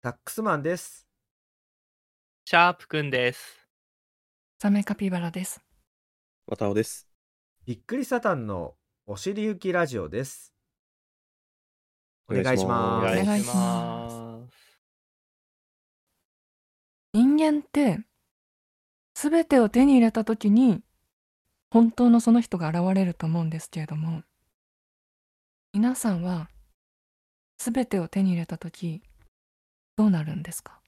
タックスマンです。 シャープくんです。 サメカピバラです。 わたおです。 びっくりサタンのお尻行きラジオです。おお願いし願いしおます。 願いしお願いしまます。 人間って全てを手に入れた時に本当のその人が現れると思うんですけれども、皆さんは全てを手に入れた時どうなるんですか？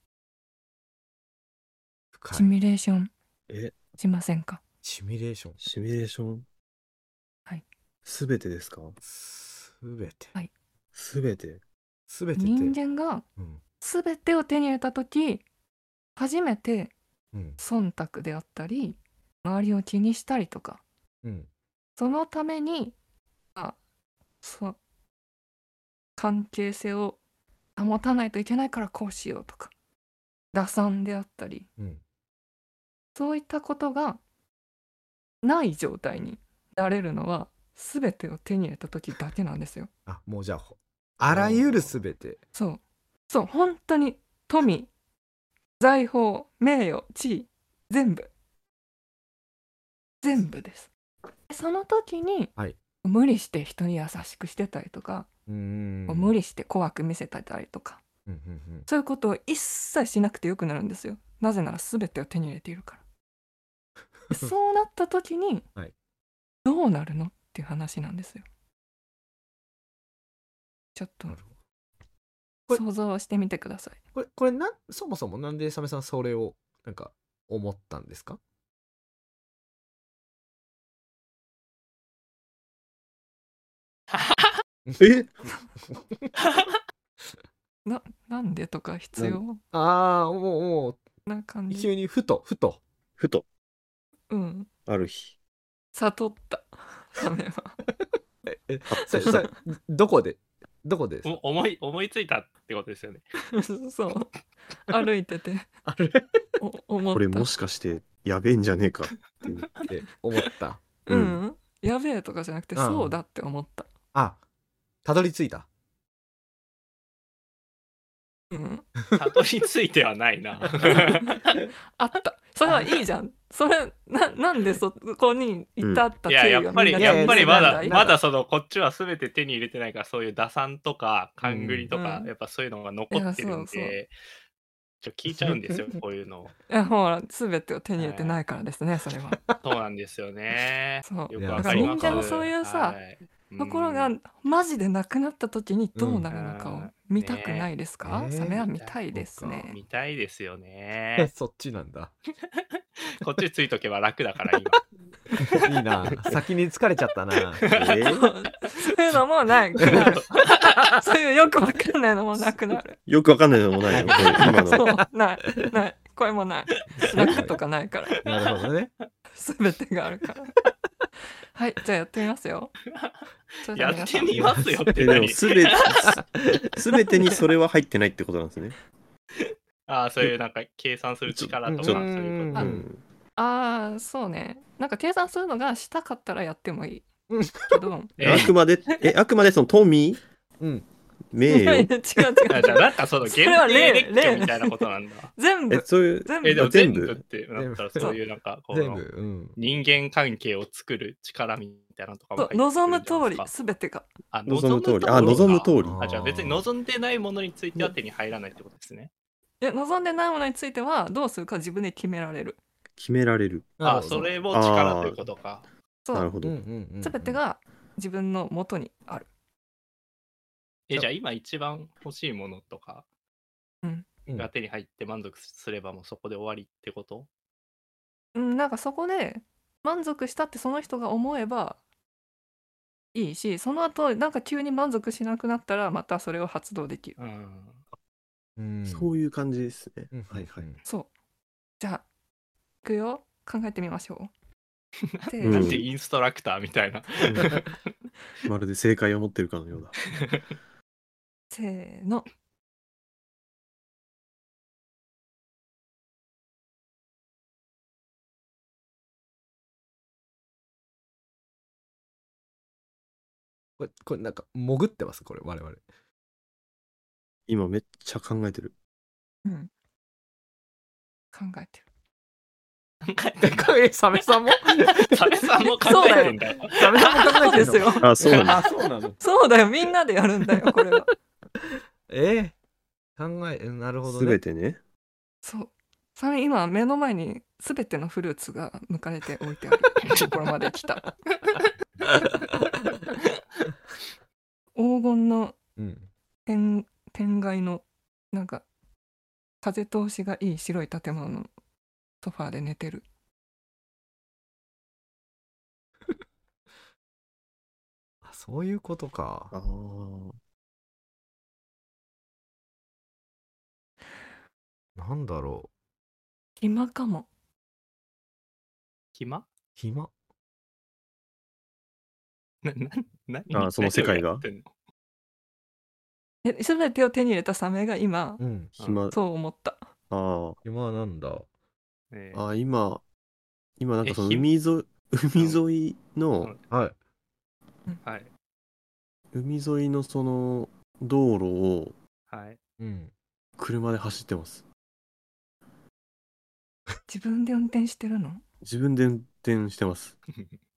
深い。 シミュレーションえ、 しませんか？ シミュレーション。 シミュレーションはい。 すべてですか？ すべて。 はい。 すべて。 すべてって。 人間がうん。 全てを手に入れた時初めてうん。 忖度であったり周りを気にしたりとか、 うん。 そのためにそう関係性を保たないといけないからこうしようとか、打算であったり、 うん。 そういったことがない状態になれるのは全てを手に入れた時だけなんですよ。 あ、もうじゃあ、あらゆるすべて。 そう本当に富、財宝、名誉、地位、全部です。その時に、 はい。 無理して人に優しくしてたりとか、無理。 理して怖く見せたりとか、 うん。 そういうことを一切しなくてよくなるんですよ。なぜなら全てを手に入れているから。そうなった時に、 はい。 どうなるのっていう話なんですよ。ちょっとなるほど。これ想像してみてください。 これそもそもなんでサメさんそれをなんか思ったんですか？ えなんでとか必要ああ、もうな感じ。 急にふと。 ふと、 うんある日。 悟ったサメは。 それどこでですか？ 思いついたってことですよね。 そう歩いててあれ思った。 これもしかしてやべえんじゃねえかっていう。 って思った。 やべえとかじゃなくて、そうだって思った。 あ、たどり着いた。 たどり着いてはないな。 あった。それはいいじゃん。それなんでそこに至ったいや、 経やっぱり緯がみんないまだそのこっちは全て手に入れてないから、そういう打算とか勘繰りとか、 うんやっぱそういうのが残ってるんいやそうで、聞いちゃうんですよ、こういうのを。 いやほら全てを手に入れてないからですね、それは。 そうなんですよね。 そうよくいやわかります。 だから人間のそういうさ、 はいところがマジでなくなった時にどうなるのかをうん見たくないですか？ ねえサメは見たいですね。 見たいですよね。 そっちなんだ。 こっちついとけば楽だから今。 いいな。先に疲れちゃったな。 そういうのもなくなる。そういうよくわかんないのもなくなる。 よくわかんないのもないよ、これ今その。 うないこれもない。楽とかないから。 なるほどね。 全てがあるから。はい、じゃあやってみますよ。それでやは皆さんってみますよってでも何？ すべてにそれは入ってないってことなんですね。 ああ、そういうなんか計算する力とか、そういうこと。 ああ、そうね。なんか計算するのがしたかったらやってもいいけど。 あくまでその富、名誉。 違う。 じゃあなんかその限定列挙みたいなことなんだ。 全部。 そういう全でも部。 全部ってなったらそういうなんかこの人間関係を作る力みたいなのとかも入ってくるんじゃないですか。 望む通り全てが。 望む通り。あ、望む通り。 あ、じゃあ別に望んでないものについては手に入らないってことですね。 いや、望んでないものについてはどうするか自分で決められる。 あ、それも力ということか。 そう。 なるほど。 全てが自分の元にある。 じゃあ今一番欲しいものとかが手に入って満足すればもうそこで終わりってこと？ なんかそこで満足したってその人が思えばいいし、その後なんか急に満足しなくなったらまたそれを発動できる。 そういう感じですね。はいはい。 そう。じゃあいくよ。考えてみましょう。 なんてインストラクターみたいな。 まるで正解を持ってるかのようだ。 せーの。 これなんか潜ってますこれ我々。 今めっちゃ考えてる。 うん。考えてる。 サメさんもサメさんも考えてんだよ。 サメさんも考えてんのですよ。 あ、そうなんだ。 あ、そうなの。 そうだよ、みんなでやるんだよ、これは。 なるほどすね。 べてね。 そう。それ今、目の前に全てのフルーツが剥かれて置いてあるところまで来た。黄金の天外の、なんか、風通しがいい白い建物のソファーで寝てる。 あ、そういうことか。 ああ。 なんだろ暇かも。 暇？ う。暇？ あ、その世界がすべてを手に入れたサメが今、 暇。 そう思った。 ああ。 暇なんだ。 あ、今なんかその海沿いの、 はい。 はい。 海沿いのその道路を、 はい。 車で走ってます。 自分で運転してるの？ 自分で運転してます。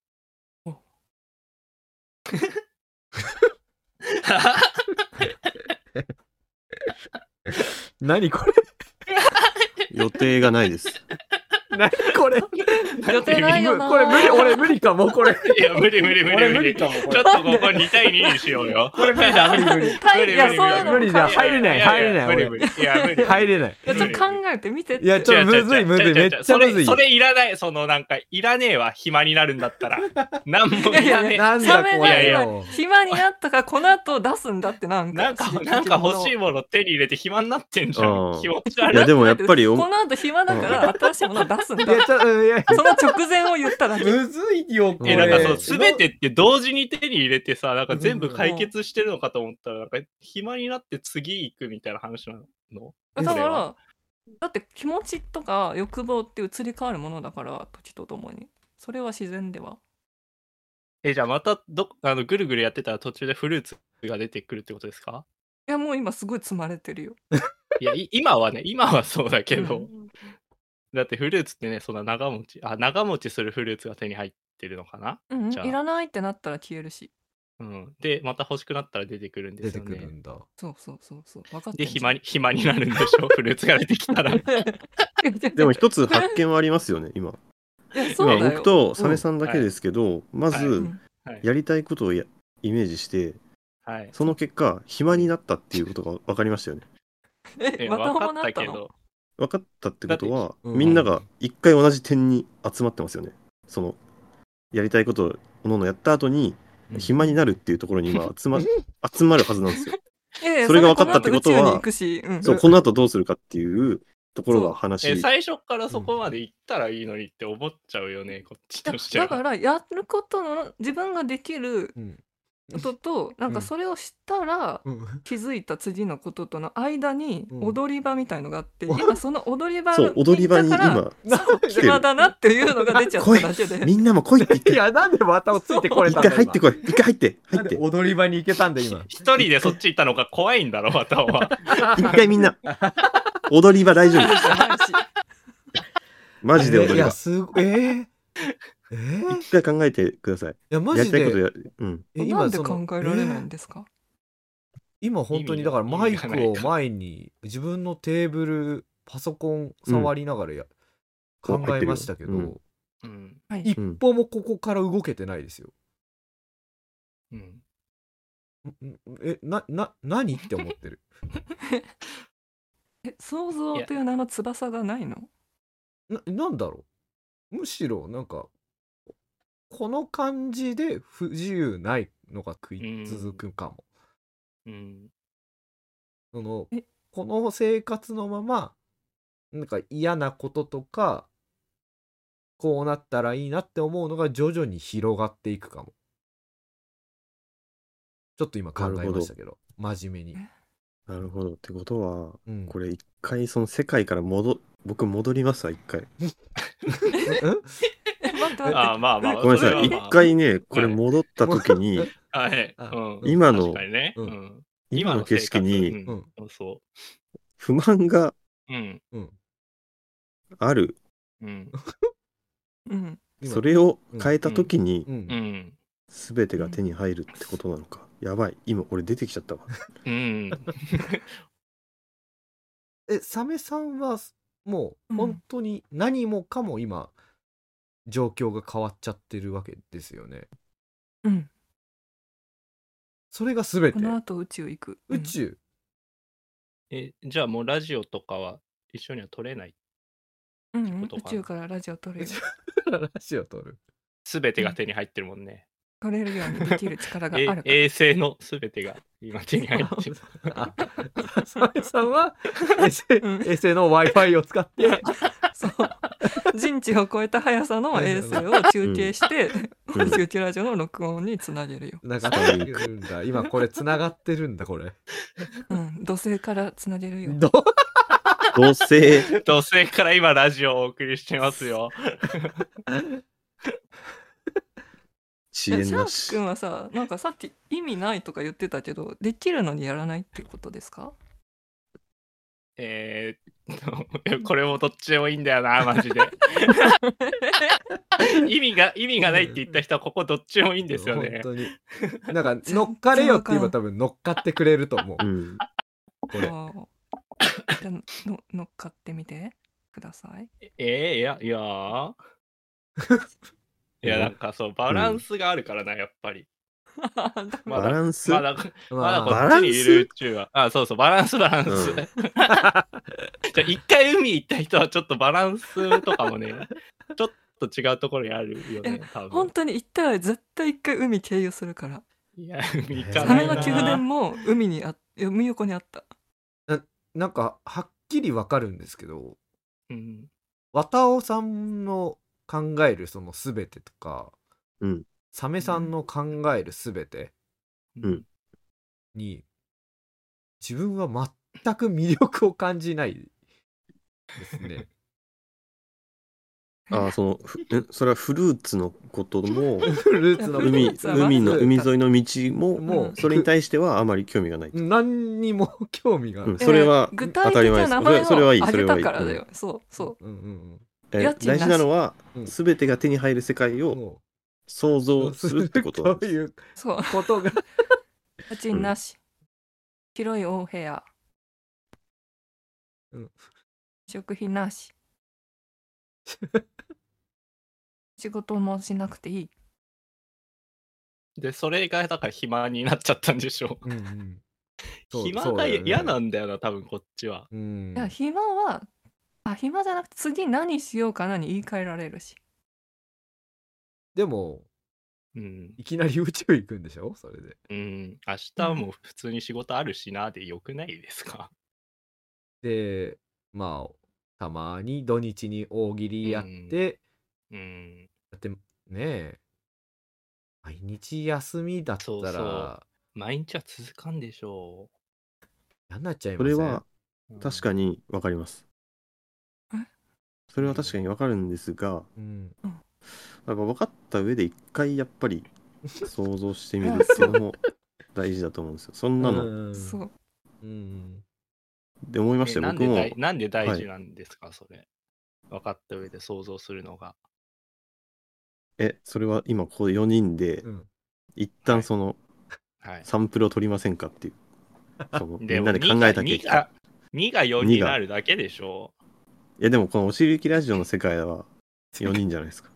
何これ予定がないです。 何これ予定ないよな。 これ無理、俺無理かも、これ。 いや、無理。 俺無理かも、これ。 ちょっとここ2対2にしようよ。 これ無理だ、無理。 いや、そういうの無理だ、入れない。 無理。いや、無理。 入れない。 ちょっと考えてみてって。 いや、ちょっとむずい、めっちゃむずい。 それいらない、なんか、いらねえわ、暇になるんだったら。なんもいらねえ。 なんだこれ。 暇になったから、この後出すんだってなんか欲しいもの手に入れて暇になってんじゃん。気持ち悪い。 いや、でもやっぱりこの後暇だから新しいもの出すんだ。 その直前を言っただけ。 むずいよ、これ。 なんかそう、全てって同時に手に入れてさ、なんか全部解決してるのかと思ったら、なんか暇になって次行くみたいな話なの？ だから、だって気持ちとか欲望って移り変わるものだから、時とともに。それは自然では。 じゃあまたぐるぐるやってたら途中でフルーツが出てくるってことですか？ いや、もう今すごい積まれてるよ。 いや、今はそうだけど、だってフルーツってね、そんな長持ちするフルーツが手に入ってるのかな？ いらないってなったら消えるし。 で、また欲しくなったら出てくるんですよね。 出てくるんだ。 そう。分かってで、暇になるんでしょ、フルーツが出てきたら。 でも一つ発見はありますよね、今。今、僕とサメさんだけですけど、まず、やりたいことをイメージして、その結果、暇になったっていうことが分かりましたよね。 分かったけど。 分かったってことは、みんなが一回同じ点に集まってますよね。その、やりたいことをおのおのやった後に、暇になるっていうところに今集まるはずなんですよ。それが分かったってことは、そう、この後どうするかっていうところが話。 最初からそこまで行ったらいいのにって思っちゃうよね、こっちとしては。 だからやることの自分ができることと、なんかそれをしたら気づいた次のこととの間に踊り場みたいのがあって、今その踊り場に今暇だなっていうのが出ちゃっただけで、 みんなも来いって言って。 いや、なんでまたついてこれたんだ。 一回入って踊り場に行けたんだ今。 一人でそっち行ったのが怖いんだろ、または。 一回みんな踊り場大丈夫です。マジで踊り場。 いや、すごい。 一回考えてください。いや、マジで。 なんで考えられないんですか？ 今本当にだからマイクを前に自分のテーブル、パソコン触りながら考えましたけど、一歩もここから動けてないですよ。何って思ってる。 想像という名の翼がないの？ なんだろう。むしろなんかこの感じで不自由ないのが続くかも。この生活のままなんか嫌なこととかこうなったらいいなって思うのが徐々に広がっていくかも。ちょっと今考えましたけど、真面目に。 なるほど。ってことは、これ一回その世界から僕戻りますわ、一回。 まあ。 ごめんなさい。一回ね、これ戻った時に、今の景色に不満がうんある。 うんそれを変えた時にうん全てが手に入るってことなのか。やばい、今俺出てきちゃったわ。 サメさんはもう本当に何もかも今状況が変わっちゃってるわけですよね。それが全て。 この後宇宙行く。 宇宙。 じゃあもうラジオとかは一緒には撮れない宇宙からラジオ撮るよ。 ラジオ撮る。 全てが手に入ってるもんね。 撮れるようにできる力があるから。 衛星の全てが今手に入ってる。 サメさんは衛星の Wi-Fi を使ってそう人知を超えた速さの衛星を中継して中継ラジオの録音につなげるよ。 今これつながってるんだこれ。 土星からつなげるよ。 土星から今ラジオをお送りしてますよ。 シャーク君はさ、なんかさっき意味ないとか言ってたけど、できるのにやらないってことですか？ これもどっちでもいいんだよな、マジで。意味がないって言った人はここどっちでもいいんですよね。 本当に。なんか乗っかれよって言えば多分乗っかってくれると思う。これ。じゃ乗っかってみてください。 いやなんかそうバランスがあるからな、やっぱり。 バランスまだこっちにいる宇宙は。そうバランス。じゃあ一回海行った人はちょっとバランスとかもね、ちょっと違うところにあるよね、多分。 本当に行ったら絶対一回海経由するから。 いや、海行かサないな。 メの宮殿も海横にあった。 なんかはっきりわかるんですけど、綿尾さんの考えるその全てとか、サメさんの考える全てに自分は全く魅力を感じないですね。 それはフルーツのこともフルーツの海沿いの道もそれに対してはあまり興味がない。 何にも興味がない。 それは具体的な名前を挙げたからだよ。そう。 大事なのは全てが手に入る世界を想像するってことなんです。 そういうことが家賃なし、広い大部屋、食費なし、仕事もしなくていい。 でそれがだから暇になっちゃったんでしょう。暇が嫌なんだよな、多分こっちは。 いや暇じゃなくて次何しようかなに言い換えられるし。 でもいきなり宇宙行くんでしょ、それで。 明日も普通に仕事あるしなでよくないですか？ でまあたまに土日に大喜利やってだってね、毎日休みだったら毎日は続かんでしょう。 嫌になっちゃいますね。 それは確かにわかります。それは確かにわかるんですが、なんか分かった上で一回やっぱり想像してみるっていうのも大事だと思うんですよ。そんなの。で思いましたよ、僕も。 なんで大事なんですか、それ。分かった上で想像するのが。 それは今ここで4人で、一旦その、サンプルを取りませんかっていう。みんなで考えた結果。 2が4になるだけでしょ。 いやでもこのおしりゆきラジオの世界は4人じゃないですか。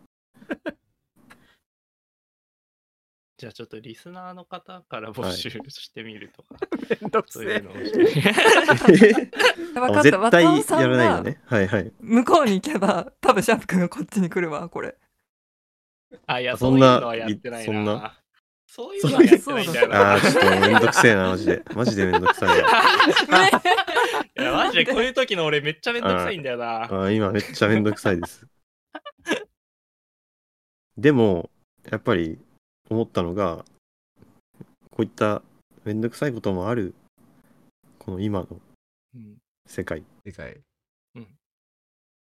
じゃあちょっとリスナーの方から募集してみるとか。 めんどくせえ。 絶対やらないよね。 向こうに行けば多分シャープ君がこっちに来るわ、これ。 いや、そういうのはやってないな。そういうのはやってないんだよな。 ちょっとめんどくせえな、マジで。マジでめんどくさいな。 いや、マジでこういう時の俺めっちゃめんどくさいんだよな。 今めっちゃめんどくさいです。でも、やっぱり思ったのが、こういっためんどくさいこともある、この今の世界。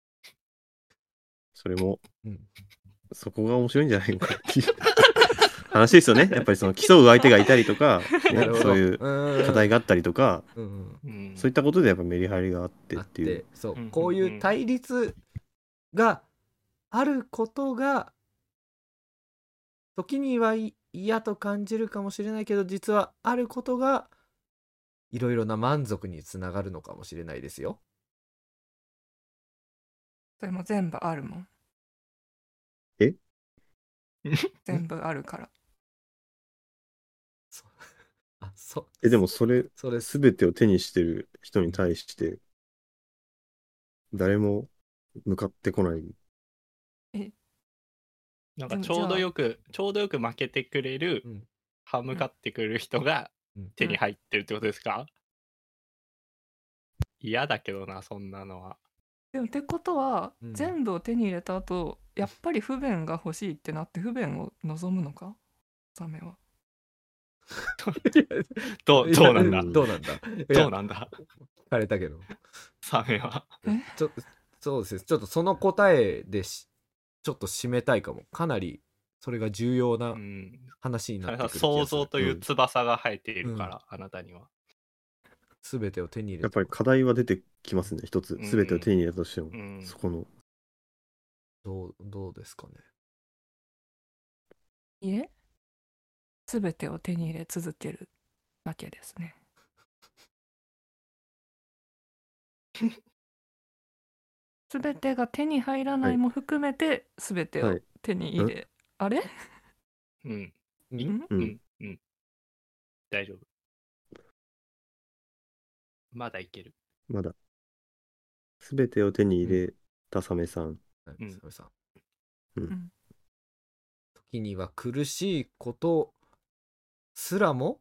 それも、そこが面白いんじゃないのかっていう話ですよね。やっぱりその競う相手がいたりとか、ね、 なるほどそういう課題があったりとか、 うんそういったことでやっぱメリハリがあってっていう。 そう、こういう対立があることが時には嫌と感じるかもしれないけど、実はあることがいろいろな満足につながるのかもしれないですよ。 それも全部あるもん。 え全部あるから。 でもそれ全てを手にしてる人に対して誰も向かってこない。 なんかちょうどよく負けてくれる、歯向かってくる人が手に入ってるってことですか？嫌だけどな、そんなのは。 でもってことは、全部を手に入れた後、やっぱり不便が欲しいってなって不便を望むのか？サメは。 どうなんだどうなんだどうなんだ聞かれたけど。 サメは。 そうですね。ちょっとその答えでちょっと締めたいかも。かなりそれが重要な話になってくる気がする。 想像という翼が生えているから、あなたには。 すべてを手に入れやっぱり課題は出てきますね。一つ。すべてを手に入れたとしても、そこの。 どうですかね。 いえ、すべてを手に入れ続けるだけですね。すべてが手に入らないも含めて、すべてを手に入れ、あれ？ 大丈夫。まだいける。 まだ。すべてを手に入れたサメさん。 サメさん。時には苦しいことすらも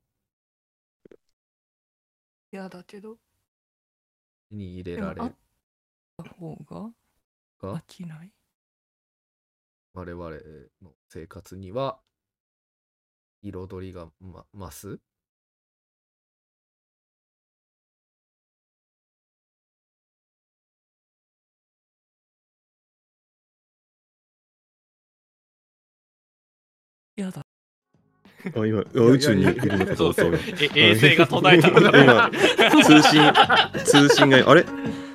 嫌だけど手に入れられる方が飽きない。 我々の生活には彩りが増す。 やだ。 今宇宙にいるのかと思った。 衛星が途絶えたのか。 今通信があれ？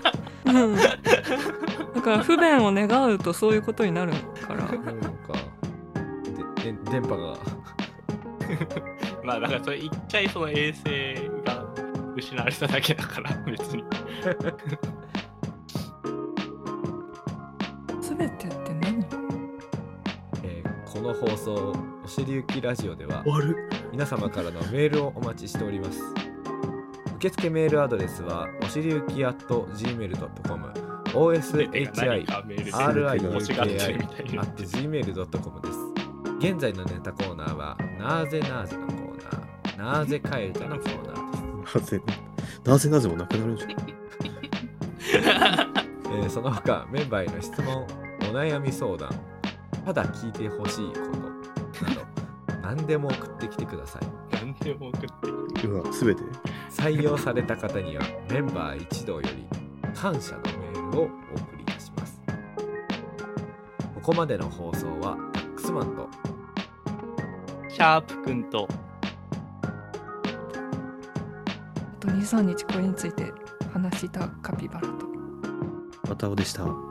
だから不便を願うとそういうことになるから。 電波がまあだからそれ一回その衛星が失われただけだから別に。 すべてって何？ この放送おしりゆきラジオでは皆様からのメールをお待ちしております。受付メールアドレスはおしりゆき@gmail.com oshiriuki@gmail.com です。現在のネタコーナーはなぜなぜのコーナー、なぜかえるたのコーナーです。 なぜもなくなるんじゃん。その他メンバーへの質問、お悩み相談、ただ聞いてほしいことなど何でも送ってきてください。 何でも送ってきて。 すべて採用された方にはメンバー一同より感謝のメールをお送りいたします。ここまでの放送はタックスマンとシャープくんとあと 2,3 日これについて話したカピバラとわたおでした。